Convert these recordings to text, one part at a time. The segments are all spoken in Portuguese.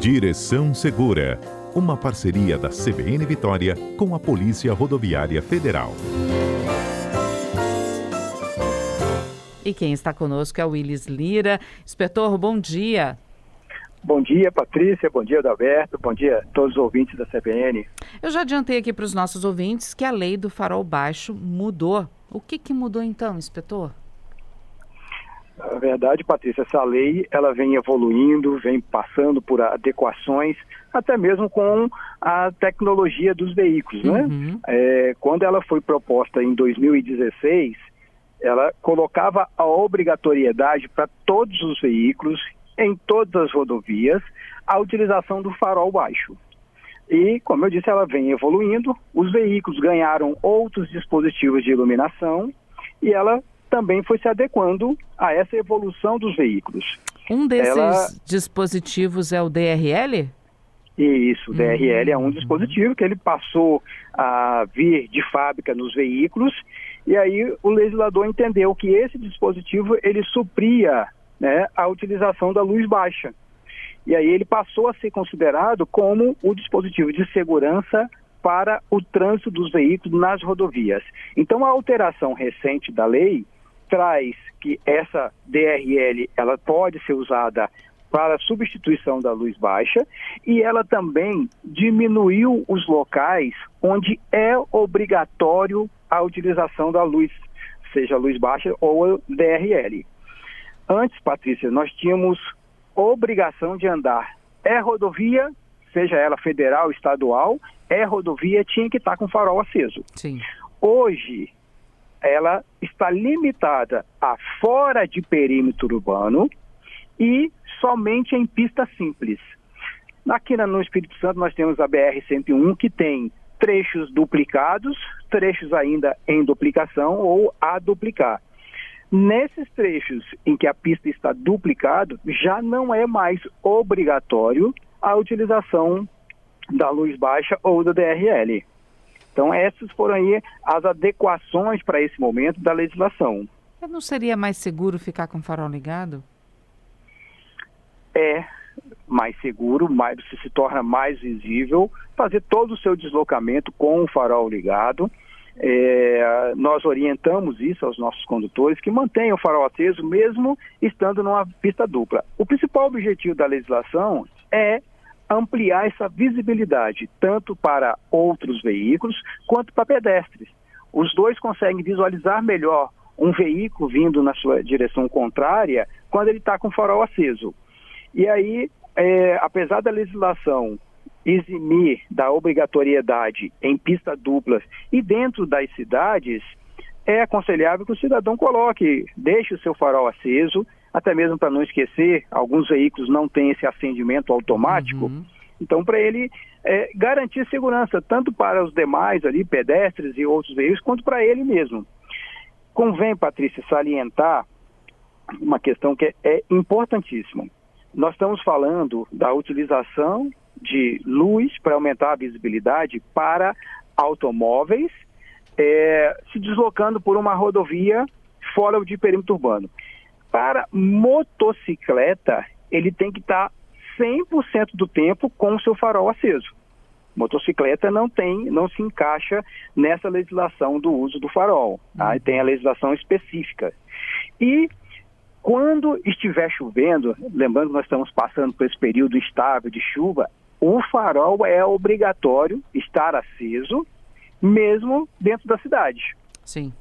Direção Segura, uma parceria da CBN Vitória com a Polícia Rodoviária Federal. E quem está conosco é o Willis Lira. Inspetor, bom dia. Bom dia, Patrícia. Bom dia, Adalberto. Bom dia a todos os ouvintes da CBN. Eu já adiantei aqui para os nossos ouvintes que a lei do farol baixo mudou. O que mudou então, inspetor? Na verdade, Patrícia, essa lei ela vem evoluindo, vem passando por adequações, até mesmo com a tecnologia dos veículos, né? Quando ela foi proposta em 2016, ela colocava a obrigatoriedade para todos os veículos, em todas as rodovias, a utilização do farol baixo. E, como eu disse, ela vem evoluindo, os veículos ganharam outros dispositivos de iluminação e ela também foi se adequando a essa evolução dos veículos. Um desses dispositivos é o DRL? Isso, o DRL é um dispositivo que ele passou a vir de fábrica nos veículos e aí o legislador entendeu que esse dispositivo ele supria, né, a utilização da luz baixa. E aí ele passou a ser considerado como o dispositivo de segurança para o trânsito dos veículos nas rodovias. Então a alteração recente da lei traz que essa DRL ela pode ser usada para substituição da luz baixa e ela também diminuiu os locais onde é obrigatório a utilização da luz, seja a luz baixa ou a DRL. Antes, Patrícia, nós tínhamos obrigação de andar. Rodovia, seja ela federal, estadual, rodovia, tinha que estar com farol aceso. Sim. Hoje, ela está limitada a fora de perímetro urbano e somente em pista simples. Aqui no Espírito Santo nós temos a BR-101 que tem trechos duplicados, trechos ainda em duplicação ou a duplicar. Nesses trechos em que a pista está duplicada, já não é mais obrigatório a utilização da luz baixa ou do DRL. Então, essas foram aí as adequações para esse momento da legislação. Não seria mais seguro ficar com o farol ligado? É mais seguro, você se torna mais visível, fazer todo o seu deslocamento com o farol ligado. Nós orientamos isso aos nossos condutores que mantenham o farol aceso mesmo estando numa pista dupla. O principal objetivo da legislação é ampliar essa visibilidade, tanto para outros veículos quanto para pedestres. Os dois conseguem visualizar melhor um veículo vindo na sua direção contrária quando ele está com o farol aceso. E aí, apesar da legislação eximir da obrigatoriedade em pistas duplas e dentro das cidades, é aconselhável que o cidadão deixe o seu farol aceso, até mesmo para não esquecer, alguns veículos não têm esse acendimento automático, então para ele garantir segurança, tanto para os demais ali, pedestres e outros veículos, quanto para ele mesmo. Convém, Patrícia, salientar uma questão que é importantíssima. Nós estamos falando da utilização de luz para aumentar a visibilidade para automóveis se deslocando por uma rodovia fora de perímetro urbano. Para motocicleta, ele tem que estar 100% do tempo com o seu farol aceso. Motocicleta não se encaixa nessa legislação do uso do farol. Tá? Tem a legislação específica. E quando estiver chovendo, lembrando que nós estamos passando por esse período instável de chuva, o farol é obrigatório estar aceso, mesmo dentro da cidade. Sim.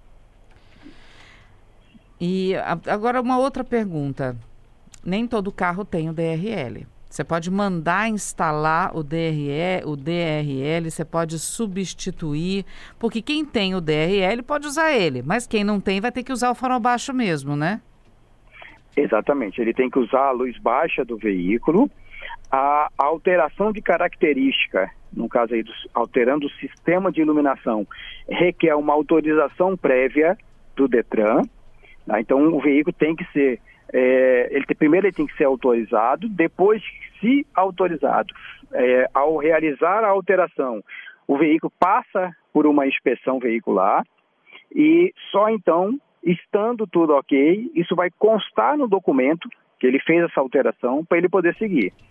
E agora uma outra pergunta. Nem todo carro tem o DRL. Você pode mandar instalar o DRL, você pode substituir, porque quem tem o DRL pode usar ele, mas quem não tem vai ter que usar o farol baixo mesmo, né? Exatamente, ele tem que usar a luz baixa do veículo, a alteração de característica, no caso aí, alterando o sistema de iluminação, requer uma autorização prévia do Detran. Então o veículo tem que ser, primeiro ele tem que ser autorizado, depois, se autorizado, ao realizar a alteração, o veículo passa por uma inspeção veicular e só então, estando tudo ok, isso vai constar no documento que ele fez essa alteração para ele poder seguir.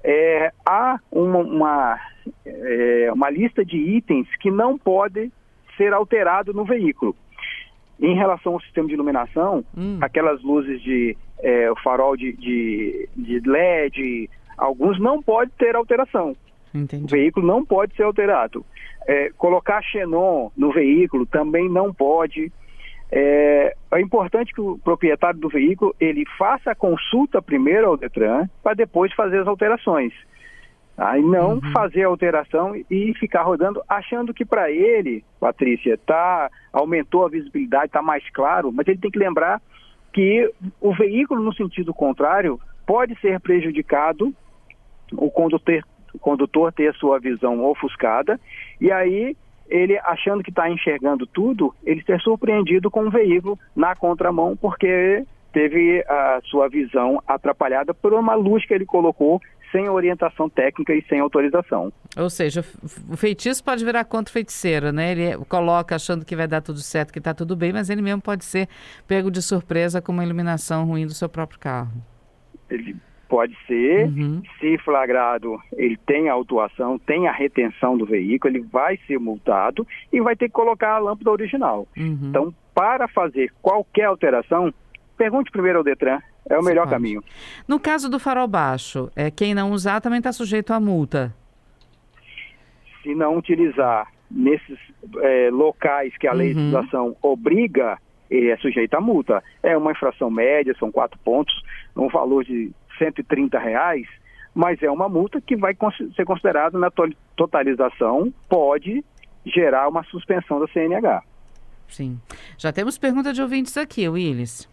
há uma lista de itens que não pode ser alterado no veículo. Em relação ao sistema de iluminação, aquelas luzes o farol de LED, alguns não pode ter alteração. Entendi. O veículo não pode ser alterado. Colocar xenon no veículo também não pode. É importante que o proprietário do veículo ele faça a consulta primeiro ao Detran para depois fazer as alterações. E não fazer a alteração e ficar rodando achando que para ele, Patrícia, aumentou a visibilidade, está mais claro, mas ele tem que lembrar que o veículo no sentido contrário pode ser prejudicado, o condutor ter a sua visão ofuscada, e aí ele achando que está enxergando tudo, ele ser surpreendido com um veículo na contramão, porque teve a sua visão atrapalhada por uma luz que ele colocou sem orientação técnica e sem autorização. Ou seja, o feitiço pode virar contra o feiticeiro, né? Ele coloca achando que vai dar tudo certo, que está tudo bem, mas ele mesmo pode ser pego de surpresa com uma iluminação ruim do seu próprio carro. Ele pode ser, se flagrado, ele tem a autuação, tem a retenção do veículo, ele vai ser multado e vai ter que colocar a lâmpada original. Então, para fazer qualquer alteração, pergunte primeiro ao Detran, é o melhor caminho. No caso do farol baixo, quem não usar também está sujeito à multa? Se não utilizar nesses locais que a legislação obriga, ele é sujeito à multa. É uma infração média, são 4 pontos, um valor de R$130, mas é uma multa que vai ser considerada na totalização, pode gerar uma suspensão da CNH. Sim. Já temos pergunta de ouvintes aqui, Willis.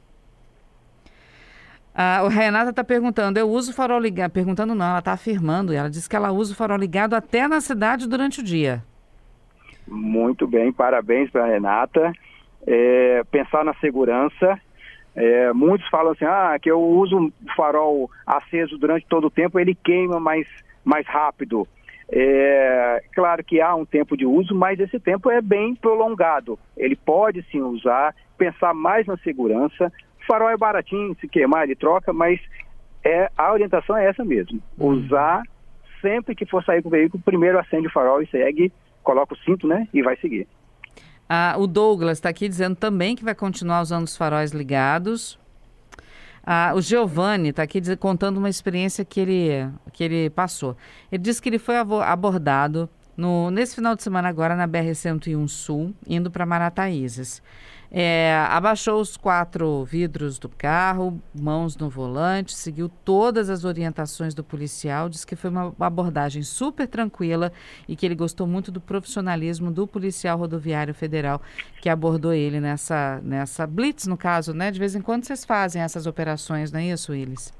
A Renata está perguntando, eu uso o farol ligado, perguntando não, ela está afirmando, ela diz que ela usa o farol ligado até na cidade durante o dia. Muito bem, parabéns para a Renata. Pensar na segurança, muitos falam assim, que eu uso o farol aceso durante todo o tempo, ele queima mais rápido. Claro que há um tempo de uso, mas esse tempo é bem prolongado. Ele pode sim usar, pensar mais na segurança. O farol é baratinho, se queimar ele troca, mas a orientação é essa mesmo. Usar sempre que for sair com o veículo, primeiro acende o farol e segue, coloca o cinto, né, e vai seguir. O Douglas está aqui dizendo também que vai continuar usando os faróis ligados. O Giovanni está aqui contando uma experiência que ele passou. Ele disse que ele foi abordado nesse final de semana agora na BR-101 Sul, indo para Marataízes. Abaixou os 4 vidros do carro, mãos no volante, seguiu todas as orientações do policial, disse que foi uma abordagem super tranquila e que ele gostou muito do profissionalismo do policial rodoviário federal que abordou ele nessa blitz, no caso, né? De vez em quando vocês fazem essas operações, não é isso, Willis?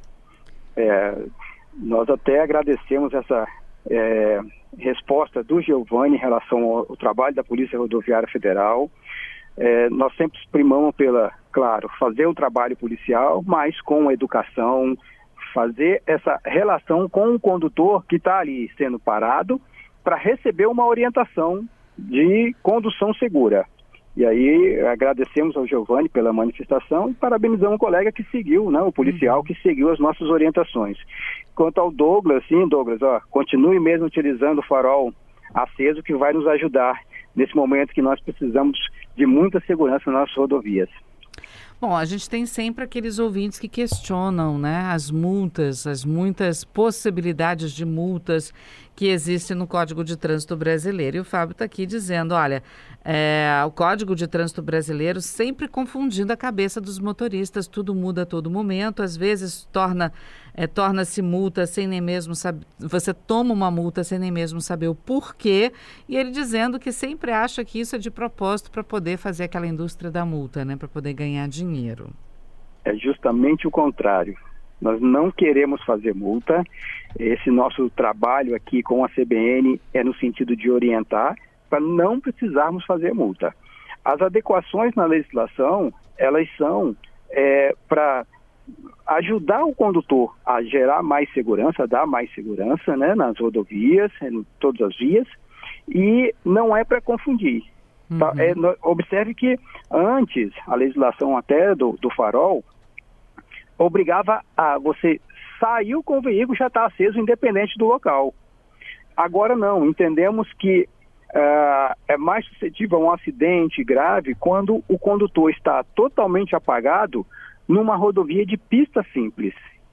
Nós até agradecemos essa resposta do Giovanni em relação ao trabalho da Polícia Rodoviária Federal. Nós sempre primamos claro, fazer o trabalho policial, mas com educação, fazer essa relação com o condutor que está ali sendo parado para receber uma orientação de condução segura. E aí agradecemos ao Giovanni pela manifestação e parabenizamos o colega que seguiu, né, o policial que seguiu as nossas orientações. Quanto ao Douglas, continue mesmo utilizando o farol aceso, que vai nos ajudar nesse momento que nós precisamos de muita segurança nas nossas rodovias. Bom, a gente tem sempre aqueles ouvintes que questionam, né, as multas, as muitas possibilidades de multas que existem no Código de Trânsito Brasileiro. E o Fábio está aqui dizendo, olha, o Código de Trânsito Brasileiro sempre confundindo a cabeça dos motoristas, tudo muda a todo momento, às vezes torna-se multa sem nem mesmo saber, você toma uma multa sem nem mesmo saber o porquê, e ele dizendo que sempre acha que isso é de propósito para poder fazer aquela indústria da multa, né, para poder ganhar dinheiro. É justamente o contrário. Nós não queremos fazer multa. Esse nosso trabalho aqui com a CBN é no sentido de orientar para não precisarmos fazer multa. As adequações na legislação, elas são para ajudar o condutor a gerar mais segurança, dar mais segurança, né, nas rodovias, em todas as vias, e não é para confundir. Tá? Observe que antes, a legislação até do farol obrigava a você saiu com o veículo, já está aceso independente do local. Agora não, entendemos que é mais suscetível a um acidente grave quando o condutor está totalmente apagado numa rodovia de pista simples.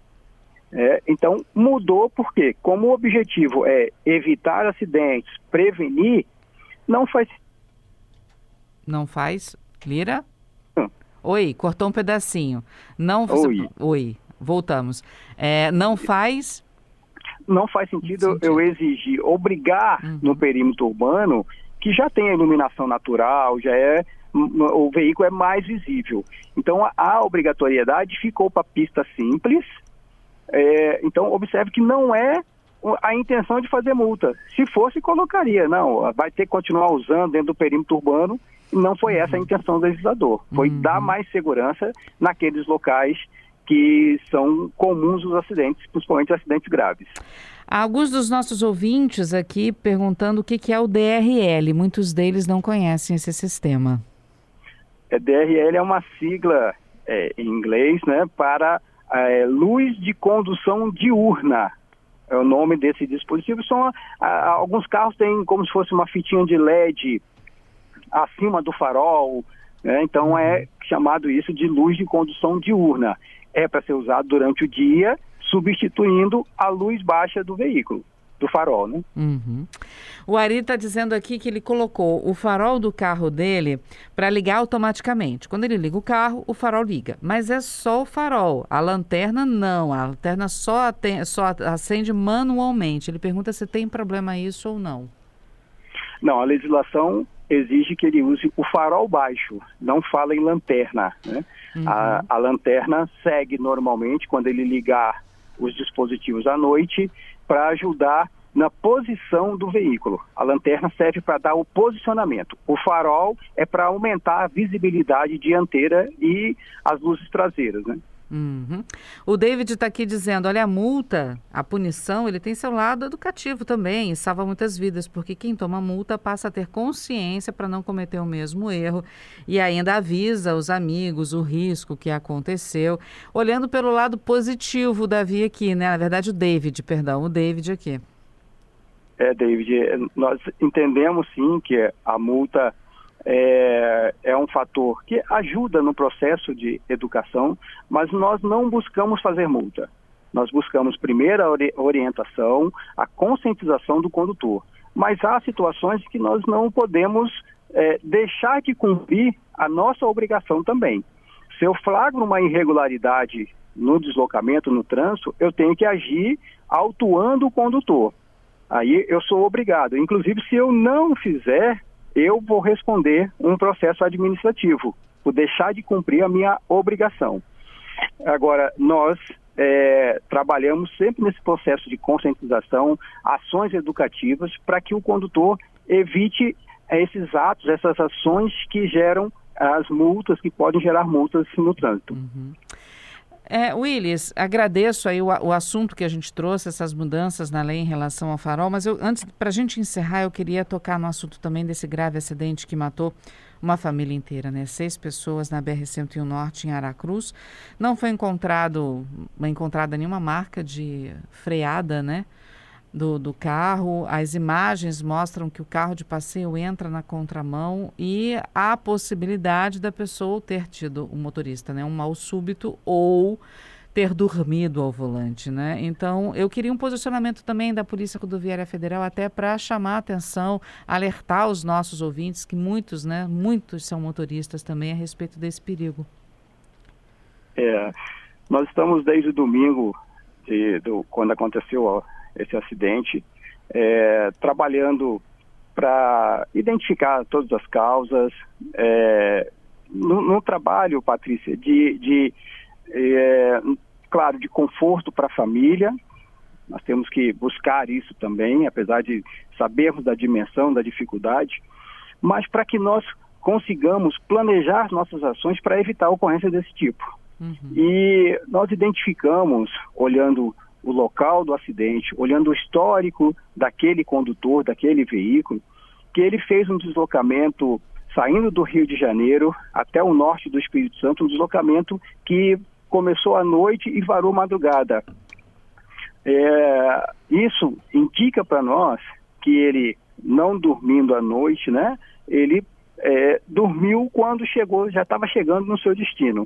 Então mudou porque, como o objetivo é evitar acidentes, prevenir, não faz... Não faz? Lira? Oi, cortou um pedacinho. Não... Oi, voltamos. Não faz... Não faz sentido eu exigir, obrigar no perímetro urbano, que já tem a iluminação natural, o veículo é mais visível. Então a obrigatoriedade ficou para pista simples. Então observe que não é a intenção de fazer multa. Se fosse, colocaria. Não, vai ter que continuar usando dentro do perímetro urbano. Não foi essa a intenção do legislador. Foi dar mais segurança naqueles locais que são comuns os acidentes, principalmente acidentes graves. Alguns dos nossos ouvintes aqui perguntando o que é o DRL. Muitos deles não conhecem esse sistema. DRL é uma sigla em inglês, né, para luz de condução diurna. É o nome desse dispositivo. Alguns carros têm como se fosse uma fitinha de LED acima do farol, né? Então é chamado isso de luz de condução diurna. É para ser usado durante o dia, substituindo a luz baixa do veículo, do farol, né? O Ari está dizendo aqui que ele colocou o farol do carro dele para ligar automaticamente. Quando ele liga o carro, o farol liga. Mas é só o farol. A lanterna não. A lanterna só acende manualmente. Ele pergunta se tem problema isso ou não. Não, a legislação exige que ele use o farol baixo, não fala em lanterna, né? A lanterna segue normalmente quando ele ligar os dispositivos à noite para ajudar na posição do veículo. A lanterna serve para dar o posicionamento. O farol é para aumentar a visibilidade dianteira e as luzes traseiras, né? O David está aqui dizendo, olha, a multa, a punição, ele tem seu lado educativo também e salva muitas vidas, porque quem toma multa passa a ter consciência para não cometer o mesmo erro e ainda avisa os amigos o risco que aconteceu. Olhando pelo lado positivo, Davi aqui, né? Na verdade, o David aqui. David, nós entendemos sim que a multa é um fator que ajuda no processo de educação, mas nós não buscamos fazer multa. Nós buscamos primeiro a orientação, a conscientização do condutor. Mas há situações que nós não podemos deixar de cumprir a nossa obrigação também. Se eu flagro uma irregularidade no deslocamento, no trânsito, eu tenho que agir autuando o condutor. Aí eu sou obrigado. Inclusive, se eu não fizer, eu vou responder um processo administrativo, por deixar de cumprir a minha obrigação. Agora, nós trabalhamos sempre nesse processo de conscientização, ações educativas, para que o condutor evite esses atos, essas ações que geram as multas, que podem gerar multas no trânsito. Willis, agradeço aí o assunto que a gente trouxe, essas mudanças na lei em relação ao farol, mas antes, para a gente encerrar, eu queria tocar no assunto também desse grave acidente que matou uma família inteira, né? 6 pessoas na BR-101 Norte, em Aracruz. Não foi encontrada nenhuma marca de freada, né? Do carro. As imagens mostram que o carro de passeio entra na contramão e há a possibilidade da pessoa ter tido, o motorista, né, um mal súbito ou ter dormido ao volante, né? Então, eu queria um posicionamento também da Polícia Rodoviária Federal até para chamar a atenção, alertar os nossos ouvintes, que muitos são motoristas também, a respeito desse perigo. Nós estamos desde o domingo, quando aconteceu esse acidente, trabalhando para identificar todas as causas, no trabalho, Patrícia, claro, de conforto para a família. Nós temos que buscar isso também, apesar de sabermos da dimensão, da dificuldade, mas para que nós consigamos planejar nossas ações para evitar a ocorrência desse tipo. E nós identificamos, olhando o local do acidente, olhando o histórico daquele condutor, daquele veículo, que ele fez um deslocamento saindo do Rio de Janeiro até o norte do Espírito Santo, um deslocamento que começou à noite e varou madrugada. Isso indica para nós que ele, não dormindo à noite, né, ele dormiu quando já estava chegando no seu destino.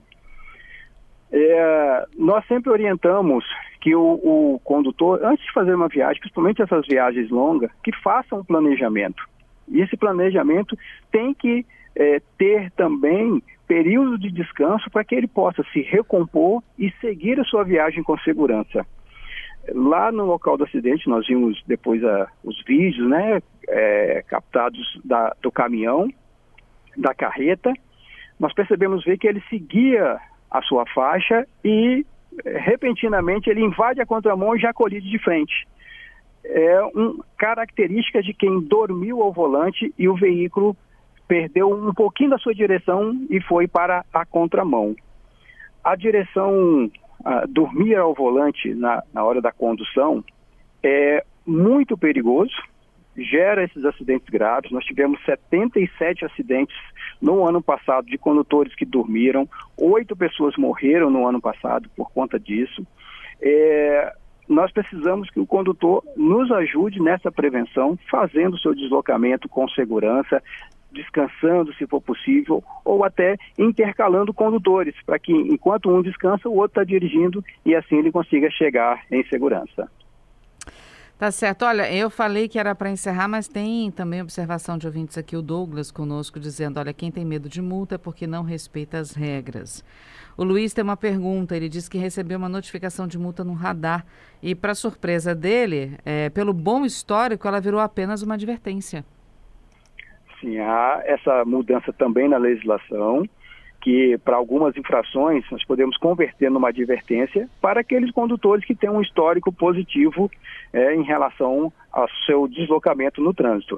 Nós sempre orientamos que o condutor, antes de fazer uma viagem, principalmente essas viagens longas, que faça um planejamento. E esse planejamento tem que ter também período de descanso para que ele possa se recompor e seguir a sua viagem com segurança. Lá no local do acidente, nós vimos depois os vídeos, né, captados do caminhão, da carreta. Nós percebemos que ele seguia a sua faixa e repentinamente ele invade a contramão e já colide de frente. Característica de quem dormiu ao volante e o veículo perdeu um pouquinho da sua direção e foi para a contramão. A direção, dormir ao volante na hora da condução é muito perigoso, gera esses acidentes graves. Nós tivemos 77 acidentes no ano passado de condutores que dormiram, 8 pessoas morreram no ano passado por conta disso. Nós precisamos que o condutor nos ajude nessa prevenção, fazendo o seu deslocamento com segurança, descansando se for possível, ou até intercalando condutores, para que enquanto um descansa, o outro está dirigindo e assim ele consiga chegar em segurança. Tá certo. Olha, eu falei que era para encerrar, mas tem também observação de ouvintes aqui, o Douglas conosco, dizendo, olha, quem tem medo de multa é porque não respeita as regras. O Luiz tem uma pergunta, ele diz que recebeu uma notificação de multa no radar e, para surpresa dele, pelo bom histórico, ela virou apenas uma advertência. Sim, há essa mudança também na legislação, que para algumas infrações nós podemos converter numa advertência para aqueles condutores que têm um histórico positivo em relação ao seu deslocamento no trânsito.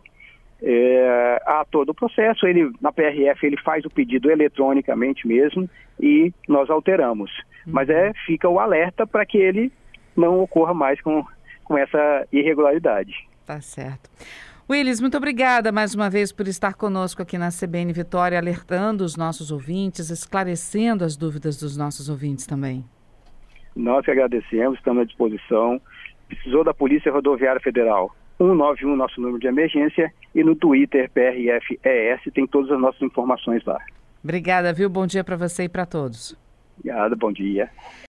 Há todo o processo, na PRF ele faz o pedido eletronicamente mesmo e nós alteramos. Mas fica o alerta para que ele não ocorra mais com essa irregularidade. Tá certo. Willis, muito obrigada mais uma vez por estar conosco aqui na CBN Vitória, alertando os nossos ouvintes, esclarecendo as dúvidas dos nossos ouvintes também. Nós que agradecemos, estamos à disposição. Precisou da Polícia Rodoviária Federal, 191, nosso número de emergência, e no Twitter, PRFES, tem todas as nossas informações lá. Obrigada, viu? Bom dia para você e para todos. Obrigado, bom dia.